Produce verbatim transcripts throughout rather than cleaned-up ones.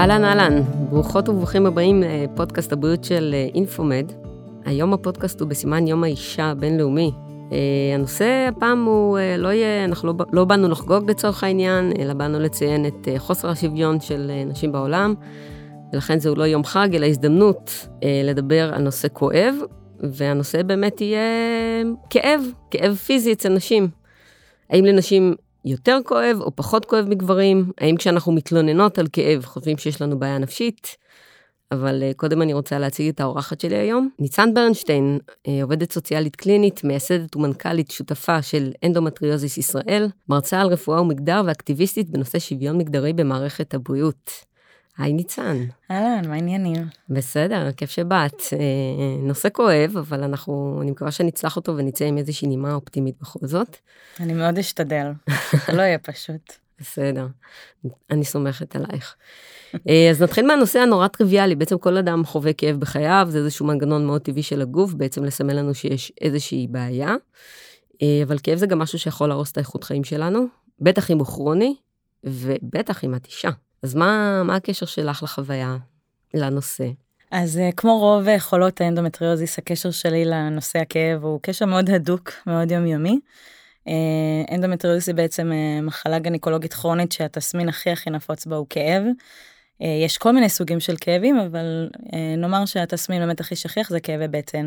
אהלן אהלן, ברוכות וברוכים הבאים לפודקאסט הבריאות של אינפומד. היום הפודקאסט הוא בסימן יום האישה הבינלאומי. הנושא הפעם הוא לא יהיה, אנחנו לא, לא באנו לחגוג לצורך העניין, אלא באנו לציין את חוסר השוויון של נשים בעולם, ולכן זהו לא יום חג, אלא הזדמנות לדבר על נושא כואב, והנושא באמת יהיה כאב, כאב פיזי אצל נשים. האם לנשים יותר כואב או פחות כואב מגברים? האם כשאנחנו מתלוננות על כאב חושבים שיש לנו בעיה נפשית? אבל קודם אני רוצה להציג את האורחת שלי היום. ניצן ברנשטיין, עובדת סוציאלית קלינית, מייסדת ומנכ"לית שותפה של אנדומטריוזיס ישראל, מרצה על רפואה ומגדר ואקטיביסטית בנושא שוויון מגדרי במערכת הבריאות. היי ניצן. אהלן, מה העניינים? בסדר, כיף שבאת. נושא כואב, אבל אנחנו, אני מקווה שנצלח אותו ונצא עם איזושהי נימה אופטימית בכל זאת. אני מאוד אשתדל, לא יהיה פשוט. בסדר, אני סומכת עלייך. אז נתחיל מהנושא הנורא טריוויאלי, בעצם כל אדם חווה כאב בחייו, זה איזשהו מנגנון מאוד טבעי של הגוף, בעצם לסמל לנו שיש איזושהי בעיה, אבל כאב זה גם משהו שיכול להרוס את האיכות חיים שלנו, בטח אם הוא כרוני, ובטח אם את אישה. אז מה, מה הקשר שלך לחוויה, לנושא? אז כמו רוב חולות האנדומטריוזיס, הקשר שלי לנושא הכאב הוא קשר מאוד הדוק, מאוד יומיומי. אנדומטריוזיס היא בעצם מחלה גניקולוגית כרונית שהתסמין הכי הכי נפוץ בה הוא כאב. יש כל מיני סוגים של כאבים, אבל נאמר שהתסמין באמת הכי שכיח זה כאבי בטן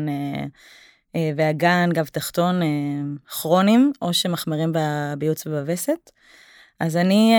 והגן, גב תחתון, כרונים, או שמחמרים בביוץ ובווסת. אז אני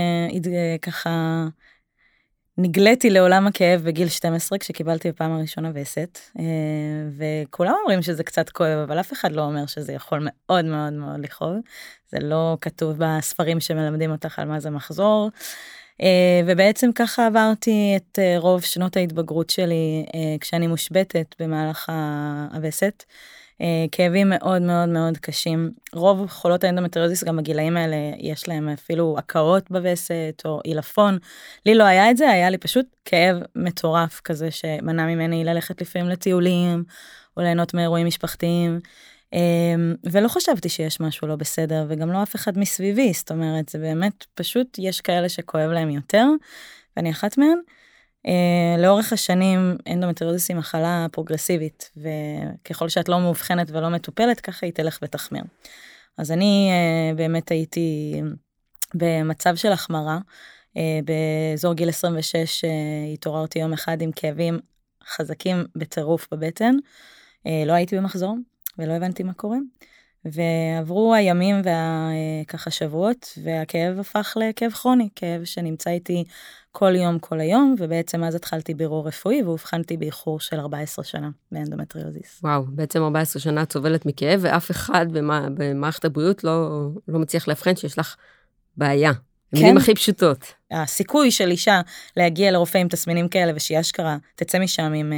ככה נגלתי לעולם הכאב בגיל שתים עשרה, כשקיבלתי בפעם הראשונה וסת, וכולם אומרים שזה קצת כואב, אבל אף אחד לא אומר שזה יכול מאוד מאוד מאוד לכאוב. זה לא כתוב בספרים שמלמדים אותך על מה זה מחזור, ובעצם ככה עברתי את רוב שנות ההתבגרות שלי, כשאני מושבתת במהלך הווסת, כאבים מאוד מאוד מאוד קשים. רוב חולות האנדומטריוזיס, גם בגילאים האלה, יש להם אפילו עקרות בווסת או אילפון. לי לא היה את זה, היה לי פשוט כאב מטורף כזה, שמנע ממני ללכת לפעמים לטיולים, או ליהנות מאירועים משפחתיים, ולא חשבתי שיש משהו לא בסדר, וגם לא אף אחד מסביבי, זאת אומרת, זה באמת פשוט, יש כאלה שכואב להם יותר, ואני אחת מהן. Uh, לאורך השנים אנדומטריוזיס היא מחלה פרוגרסיבית, וככל שאת לא מאובחנת ולא מטופלת, ככה היא תלך ותחמיר. אז אני uh, באמת הייתי במצב של החמרה, uh, באזור גיל עשרים ושש uh, התעוררתי יום אחד עם כאבים חזקים בטירוף בבטן, uh, לא הייתי במחזור ולא הבנתי מה קורה, ועברו הימים וככה שבועות, והכאב הפך לכאב כרוני, כאב שנמצא איתי כל יום, כל היום, ובעצם אז התחלתי בירור רפואי, והובחנתי באיחור של ארבע עשרה שנה באנדומטריוזיס. וואו, בעצם ארבע עשרה שנה את סובלת מכאב, ואף אחד במערכת הבריאות לא, לא מצליח להבחן שיש לך בעיה. המילים הכי פשוטות. הסיכוי של אישה להגיע לרופא עם תסמינים כאלה, ושיהיה אשכרה, תצא משם עם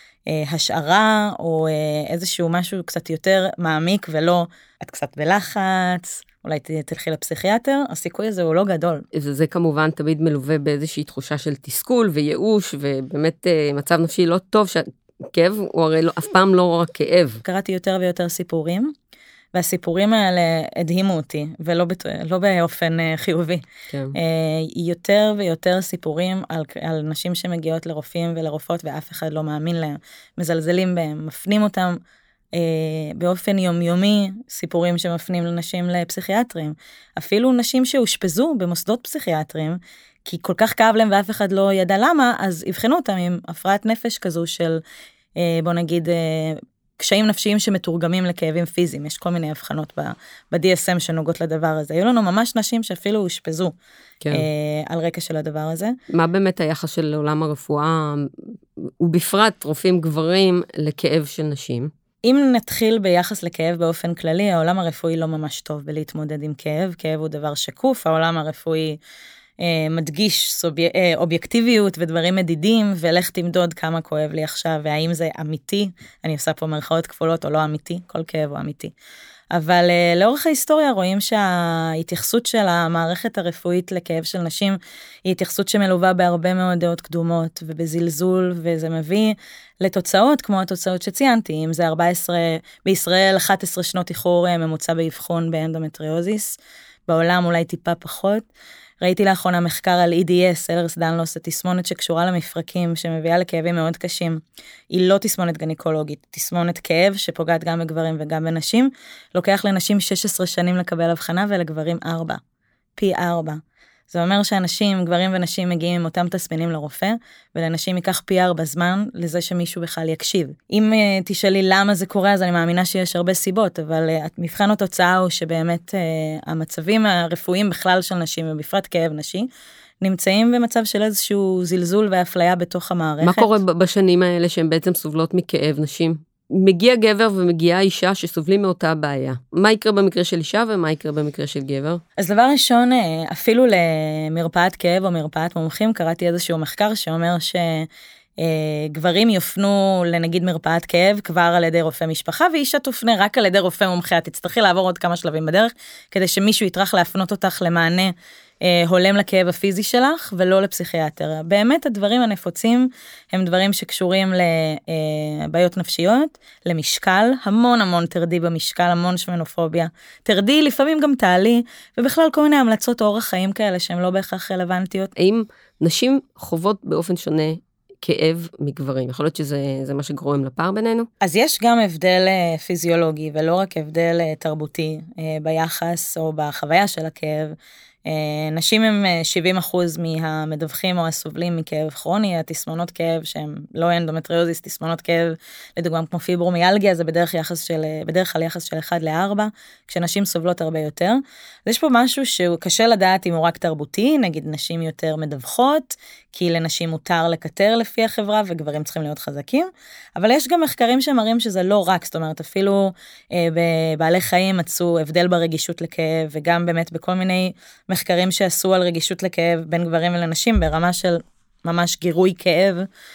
השערה, או איזשהו משהו קצת יותר מעמיק, ולא, את קצת בלחץ, אולי תלכי לפסיכיאטר, הסיכוי הזה הוא לא גדול. זה, זה כמובן תמיד מלווה באיזושהי תחושה של תסכול וייאוש, ובאמת מצב נפשי לא טוב, שהכאב הוא הרי לא, אף פעם לא רק כאב. קראתי יותר ויותר סיפורים, והסיפורים האלה הדהימו אותי, ולא בת... לא באופן חיובי. כן. יותר ויותר סיפורים על, על נשים שמגיעות לרופאים ולרופאות, ואף אחד לא מאמין להם, מזלזלים בהם, מפנים אותם, באופן יומיומי, סיפורים שמפנים לנשים לפסיכיאטרים, אפילו נשים שהושפזו במוסדות פסיכיאטרים, כי כל כך כאב להם ואף אחד לא ידע למה, אז יבחנו אותם עם הפרעת נפש כזו של, בוא נגיד, קשיים נפשיים שמתורגמים לכאבים פיזיים. יש כל מיני הבחנות ב-די אס אם שנוגעות לדבר הזה. היו לנו ממש נשים שאפילו הושפזו כן. על רקע של הדבר הזה. מה באמת היחס של עולם הרפואה, ובפרט רופאים גברים, לכאב של נשים? אם נתחיל ביחס לכאב באופן כללי, העולם הרפואי לא ממש טוב בלהתמודד עם כאב. כאב הוא דבר שקוף, העולם הרפואי אה, מדגיש סובי, אה, אובייקטיביות ודברים מדידים, ולך תמדוד כמה כואב לי עכשיו, והאם זה אמיתי, אני עושה פה מרכאות כפולות או לא אמיתי, כל כאב הוא אמיתי. אבל אה, לאורך ההיסטוריה רואים שההתייחסות של המערכת הרפואית לכאב של נשים, היא התייחסות שמלווה בהרבה מאוד דעות קדומות ובזלזול, וזה מביא לתוצאות כמו התוצאות שציינתי, אם זה ארבע עשרה, בישראל אחת עשרה שנות איחור ממוצע באבחון באנדומטריוזיס, בעולם אולי טיפה פחות, ראיתי לאחרונה מחקר על E D S, אלרס דנלוס, תסמונת שקשורה למפרקים, שמביאה לכאבים מאוד קשים. היא לא תסמונת גניקולוגית, תסמונת כאב שפוגעת גם בגברים וגם בנשים. לוקח לנשים שש עשרה שנים לקבל הבחנה ולגברים ארבע. פי ארבע. זה אומר שאנשים, גברים ונשים מגיעים עם אותם תסמינים לרופא, ולנשים ייקח פי ארבע זמן לזה שמישהו בכלל יקשיב. אם uh, תשאלי למה זה קורה, אז אני מאמינה שיש הרבה סיבות, אבל uh, מבחן התוצאה הוא שבאמת uh, המצבים הרפואיים בכלל של נשים, ובפרט כאב נשי, נמצאים במצב של איזשהו זלזול ואפליה בתוך המערכת. מה קורה בשנים האלה שהן בעצם סובלות מכאב נשים? מגיע גבר ומגיעה אישה שסובלים מאותה בעיה. מה יקרה במקרה של אישה ומה יקרה במקרה של גבר? אז דבר ראשון, אפילו למרפאת כאב או מרפאת מומחים, קראתי איזשהו מחקר שאומר שגברים יופנו לנגיד מרפאת כאב כבר על ידי רופא משפחה, ואישה תופנה רק על ידי רופא מומחה. את תצטרכי לעבור עוד כמה שלבים בדרך, כדי שמישהו יטרח להפנות אותך למענה הולם לכאב הפיזי שלך, ולא לפסיכיאטר. באמת הדברים הנפוצים הם דברים שקשורים לבעיות נפשיות, למשקל, המון המון תרדי במשקל, המון שמנופוביה. תרדי, לפעמים גם תעלי, ובכלל כל מיני המלצות אורח חיים כאלה שהן לא בהכרח רלוונטיות. האם נשים חוות באופן שונה כאב מגברים? יכול להיות שזה זה מה שגורם לפער בינינו? אז יש גם הבדל פיזיולוגי, ולא רק הבדל תרבותי ביחס או בחוויה של הכאב. נשים הם שבעים אחוז מהמדווחים או הסובלים מכאב כרוני, התסמונות כאב שהם לא אנדומטריוזיס, תסמונות כאב, לדוגמה כמו פיברומיאלגיה, זה בדרך יחס של, בדרך כלל יחס של אחד לארבע, כשנשים סובלות הרבה יותר. אז יש פה משהו שהוא קשה לדעת אם הוא רק תרבותי, נגיד נשים יותר מדווחות, כי לנשים מותר לקטר לפי החברה, וגברים צריכים להיות חזקים, אבל יש גם מחקרים שמראים שזה לא רק, זאת אומרת, אפילו אה, בבעלי חיים מצאו הבדל ברגישות לכאב, וגם באמת בכל מיני מחקרים שעשו על רגישות לכאב בין גברים ולנשים, ברמה של ממש גירוי כאב,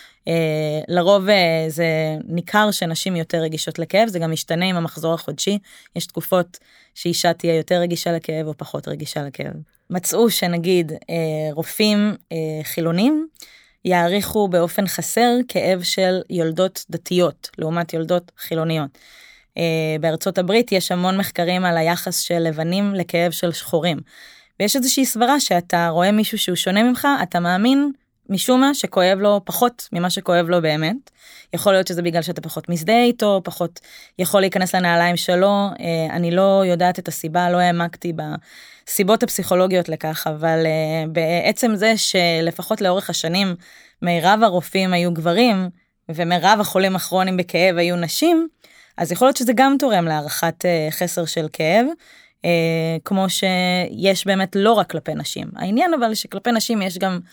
אה, לרוב אה, זה ניכר שנשים יותר רגישות לכאב, זה גם משתנה עם המחזור החודשי, יש תקופות שאישה תהיה יותר רגישה לכאב או פחות רגישה לכאב. מצאו שנגיד אה, רופאים אה, חילונים, יעריכו באופן חסר כאב של יולדות דתיות, לעומת יולדות חילוניות. אה, בארצות הברית יש המון מחקרים על היחס של לבנים לכאב של שחורים. ויש איזושהי סברה שאתה רואה מישהו שהוא שונה ממך, אתה מאמין משום מה שכואב לו פחות ממה שכואב לו באמת. יכול להיות שזה בגלל שאתה פחות מזדהה איתו, פחות יכול להיכנס לנעליים שלו. אה, אני לא יודעת את הסיבה, לא העמקתי בסיבות הפסיכולוגיות לכך, אבל אה, בעצם זה שלפחות לאורך השנים, מירב הרופאים היו גברים, ומירב החולים הכרוניים בכאב היו נשים, אז יכול להיות שזה גם תורם להערכת אה, חסר של כאב, אה, כמו שיש באמת לא רק כלפי נשים. העניין אבל שכלפי נשים יש גם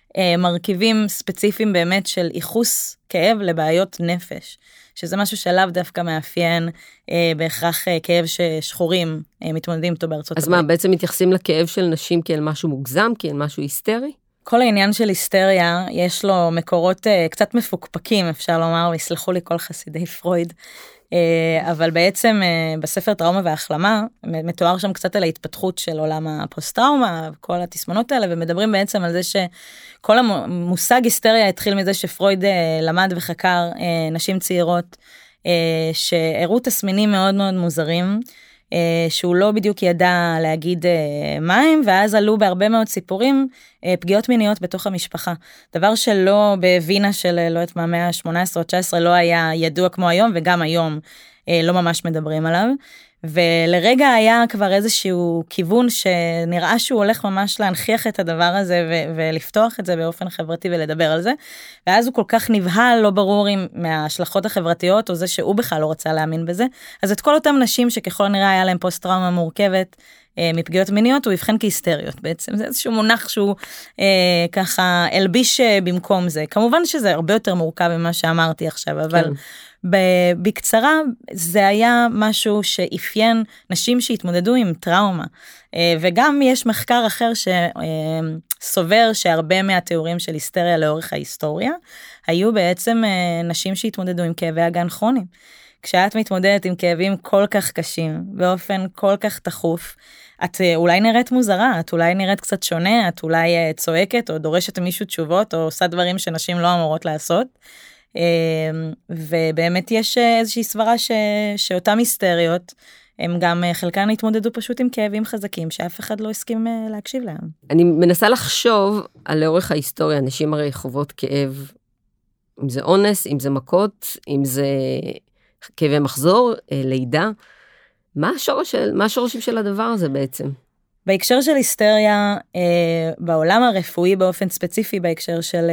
מרכיבים ספציפיים באמת של ייחוס כאב לבעיות נפש, שזה משהו שלאו דווקא מאפיין אה, בהכרח אה, כאב ששחורים אה, מתמודדים איתו בארצות אז הברית. מה, בעצם מתייחסים לכאב של נשים כאל משהו מוגזם, כאל משהו היסטרי? כל העניין של היסטריה, יש לו מקורות אה, קצת מפוקפקים, אפשר לומר, ויסלחו לי כל חסידי פרויד, אה, אבל בעצם אה, בספר טראומה והחלמה, מתואר שם קצת על ההתפתחות של עולם הפוסט-טראומה, כל התסמונות האלה, ומדברים בעצם על זה שכל המושג היסטריה התחיל מזה שפרויד אה, למד וחקר אה, נשים צעירות, אה, שהראו תסמינים מאוד מאוד מוזרים, שהוא לא בדיוק ידע להגיד מים, ואז עלו בהרבה מאוד סיפורים פגיעות מיניות בתוך המשפחה. דבר שלא בווינה של, לא יודעת מה, מאה ה-שמונה עשרה או תשע עשרה לא היה ידוע כמו היום, וגם היום לא ממש מדברים עליו. ולרגע היה כבר איזשהו כיוון שנראה שהוא הולך ממש להנכיח את הדבר הזה ו- ולפתוח את זה באופן חברתי ולדבר על זה. ואז הוא כל כך נבהל, לא ברור אם מההשלכות החברתיות או זה שהוא בכלל לא רצה להאמין בזה. אז את כל אותם נשים שככל הנראה היה להם פוסט טראומה מורכבת אה, מפגיעות מיניות, הוא יבחן כהיסטריות בעצם. זה איזשהו מונח שהוא אה, ככה אלביש במקום זה. כמובן שזה הרבה יותר מורכב ממה שאמרתי עכשיו, אבל... כן. בקצרה, זה היה משהו שאפיין נשים שהתמודדו עם טראומה, וגם יש מחקר אחר שסובר שהרבה מהתיאורים של היסטריה לאורך ההיסטוריה, היו בעצם נשים שהתמודדו עם כאבי אגן כרוניים. כשאת מתמודדת עם כאבים כל כך קשים, באופן כל כך תחוף, את אולי נראית מוזרה, את אולי נראית קצת שונה, את אולי צועקת או דורשת מישהו תשובות, או עושה דברים שנשים לא אמורות לעשות, ובאמת יש איזושהי סברה ש... שאותן היסטריות הם גם חלקן התמודדו פשוט עם כאבים חזקים, שאף אחד לא הסכים להקשיב להם. אני מנסה לחשוב על לאורך ההיסטוריה, אנשים הרי חוות כאב, אם זה אונס, אם זה מכות, אם זה כאבי מחזור, לידה. מה השורש של, מה השורשים של הדבר הזה בעצם? בהקשר של היסטריה, בעולם הרפואי באופן ספציפי, בהקשר של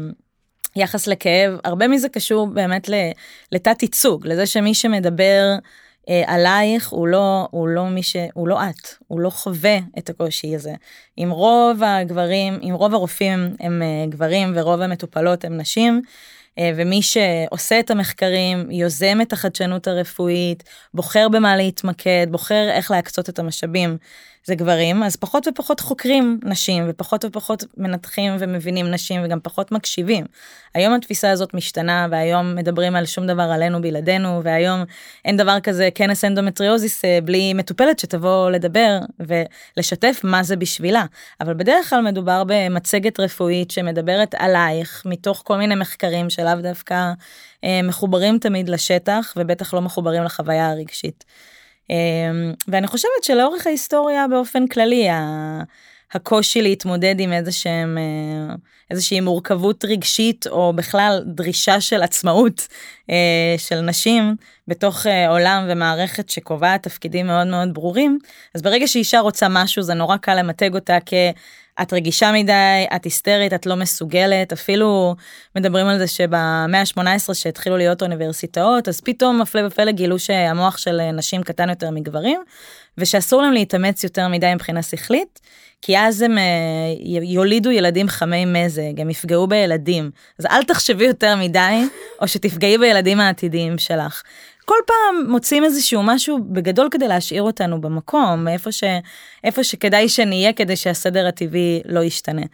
יחס לכאב, הרבה מזה קשור באמת לתת ייצוג, לזה שמי שמדבר עלייך הוא לא, הוא לא מי ש, הוא לא את, הוא לא חווה את הקושי הזה. אם רוב הגברים, אם רוב הרופאים הם גברים ורוב המטופלות הם נשים, ומי שעושה את המחקרים, יוזם את החדשנות הרפואית, בוחר במה להתמקד, בוחר איך להקצות את המשאבים, זה גברים, אז פחות ופחות חוקרים נשים, ופחות ופחות מנתחים ומבינים נשים, וגם פחות מקשיבים. היום התפיסה הזאת משתנה, והיום מדברים על שום דבר עלינו בלעדינו, והיום אין דבר כזה כנס אנדומטריוזיס בלי מטופלת שתבוא לדבר ולשתף מה זה בשבילה. אבל בדרך כלל מדובר במצגת רפואית שמדברת עלייך, מתוך כל מיני מחקרים שלאו דווקא מחוברים תמיד לשטח, ובטח לא מחוברים לחוויה הרגשית. ואני חושבת שלאורך ההיסטוריה באופן כללי, הקושי להתמודד עם איזשהם, איזושהי מורכבות רגשית, או בכלל דרישה של עצמאות של נשים, בתוך עולם ומערכת שקובעת תפקידים מאוד מאוד ברורים, אז ברגע שאישה רוצה משהו, זה נורא קל למתג אותה כ... את רגישה מדי, את היסטרית, את לא מסוגלת, אפילו מדברים על זה שבמאה ה-שמונה עשרה שהתחילו להיות אוניברסיטאות, אז פתאום מפלא ופלא גילו שהמוח של נשים קטן יותר מגברים, ושאסור להם להתאמץ יותר מדי מבחינה שכלית, כי אז הם יולידו ילדים חמי מזג, הם יפגעו בילדים, אז אל תחשבי יותר מדי, או שתפגעי בילדים העתידיים שלך. כל פעם מוצאים איזשהו משהו בגדול כדי להשאיר אותנו במקום, איפה, ש, איפה שכדאי שנהיה כדי שהסדר הטבעי לא ישתנה.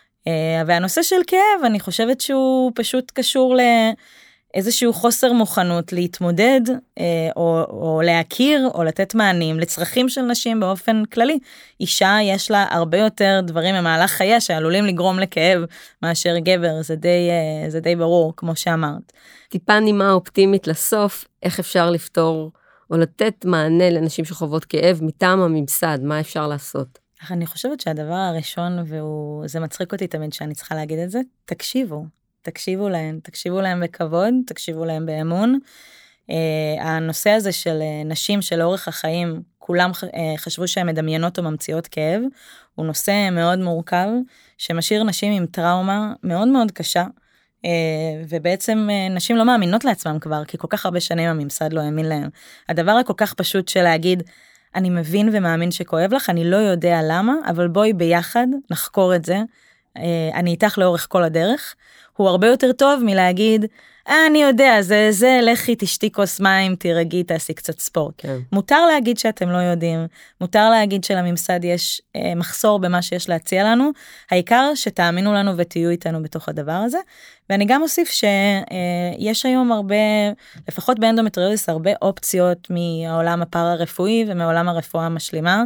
והנושא של כאב, אני חושבת שהוא פשוט קשור לאיזשהו חוסר מוכנות להתמודד, או, או להכיר, או לתת מענים לצרכים של נשים באופן כללי. אישה יש לה הרבה יותר דברים במהלך חייה שעלולים לגרום לכאב מאשר גבר, זה די, זה די ברור, כמו שאמרת. טיפה נימה אופטימית לסוף, איך אפשר לפתור או לתת מענה לנשים שחוות כאב מטעם הממסד, מה אפשר לעשות? אני חושבת שהדבר הראשון, וזה מצחיק אותי תמיד שאני צריכה להגיד את זה, תקשיבו, תקשיבו להם, תקשיבו להם בכבוד, תקשיבו להם באמון. הנושא הזה של נשים שלאורך החיים, כולם חשבו שהן מדמיינות או ממציאות כאב, הוא נושא מאוד מורכב, שמשאיר נשים עם טראומה מאוד מאוד קשה, ובעצם נשים לא מאמינות לעצמם כבר, כי כל כך הרבה שנים הממסד לא האמין להם. הדבר הכל כך פשוט של להגיד, אני מבין ומאמין שכואב לך, אני לא יודע למה, אבל בואי ביחד נחקור את זה, אני איתך לאורך כל הדרך, הוא הרבה יותר טוב מלהגיד, אה, אני יודע, זה, זה, לכי, תשתי כוס מים, תירגעי, תעשי קצת ספורט. כן. מותר להגיד שאתם לא יודעים, מותר להגיד שלממסד יש אה, מחסור במה שיש להציע לנו, העיקר שתאמינו לנו ותהיו איתנו בתוך הדבר הזה, ואני גם אוסיף שיש אה, היום הרבה, לפחות באנדומטריוזיס, הרבה אופציות מהעולם הפארה-רפואי ומהעולם הרפואה המשלימה,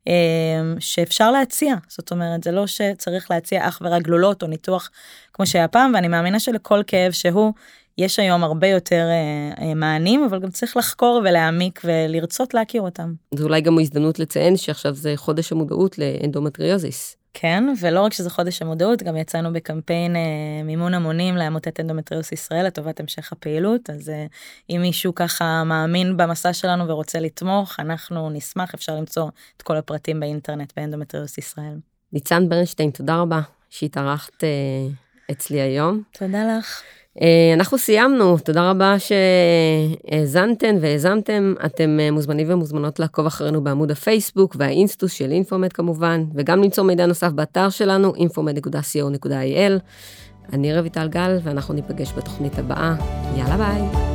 שאפשר להציע, זאת אומרת, זה לא שצריך להציע אך ורק גלולות או ניתוח כמו שהיה פעם, ואני מאמינה שלכל כאב שהוא, יש היום הרבה יותר מענים, אבל גם צריך לחקור ולהעמיק ולרצות להכיר אותם. זו אולי גם הזדמנות לציין שעכשיו זה חודש המודעות לאנדומטריוזיס. כן, ולא רק שזה חודש המודעות, גם יצאנו בקמפיין אה, מימון המונים לעמותת אנדומטריוזיס ישראל, לטובת המשך הפעילות, אז אה, אם מישהו ככה מאמין במסע שלנו ורוצה לתמוך, אנחנו נשמח, אפשר למצוא את כל הפרטים באינטרנט באנדומטריוזיס ישראל. ניצן ברנשטיין, תודה רבה שהתארחת אה, אצלי היום. תודה לך. אנחנו סיימנו, תודה רבה שהאזנתן והאזנתם, אתם מוזמנים ומוזמנות לעקוב אחרינו בעמוד הפייסבוק והאינסטוס של אינפומד כמובן, וגם למצוא מידע נוסף באתר שלנו, אינפומד נקודה סי או נקודה איי אל. אני רויטל גל ואנחנו ניפגש בתוכנית הבאה, יאללה ביי.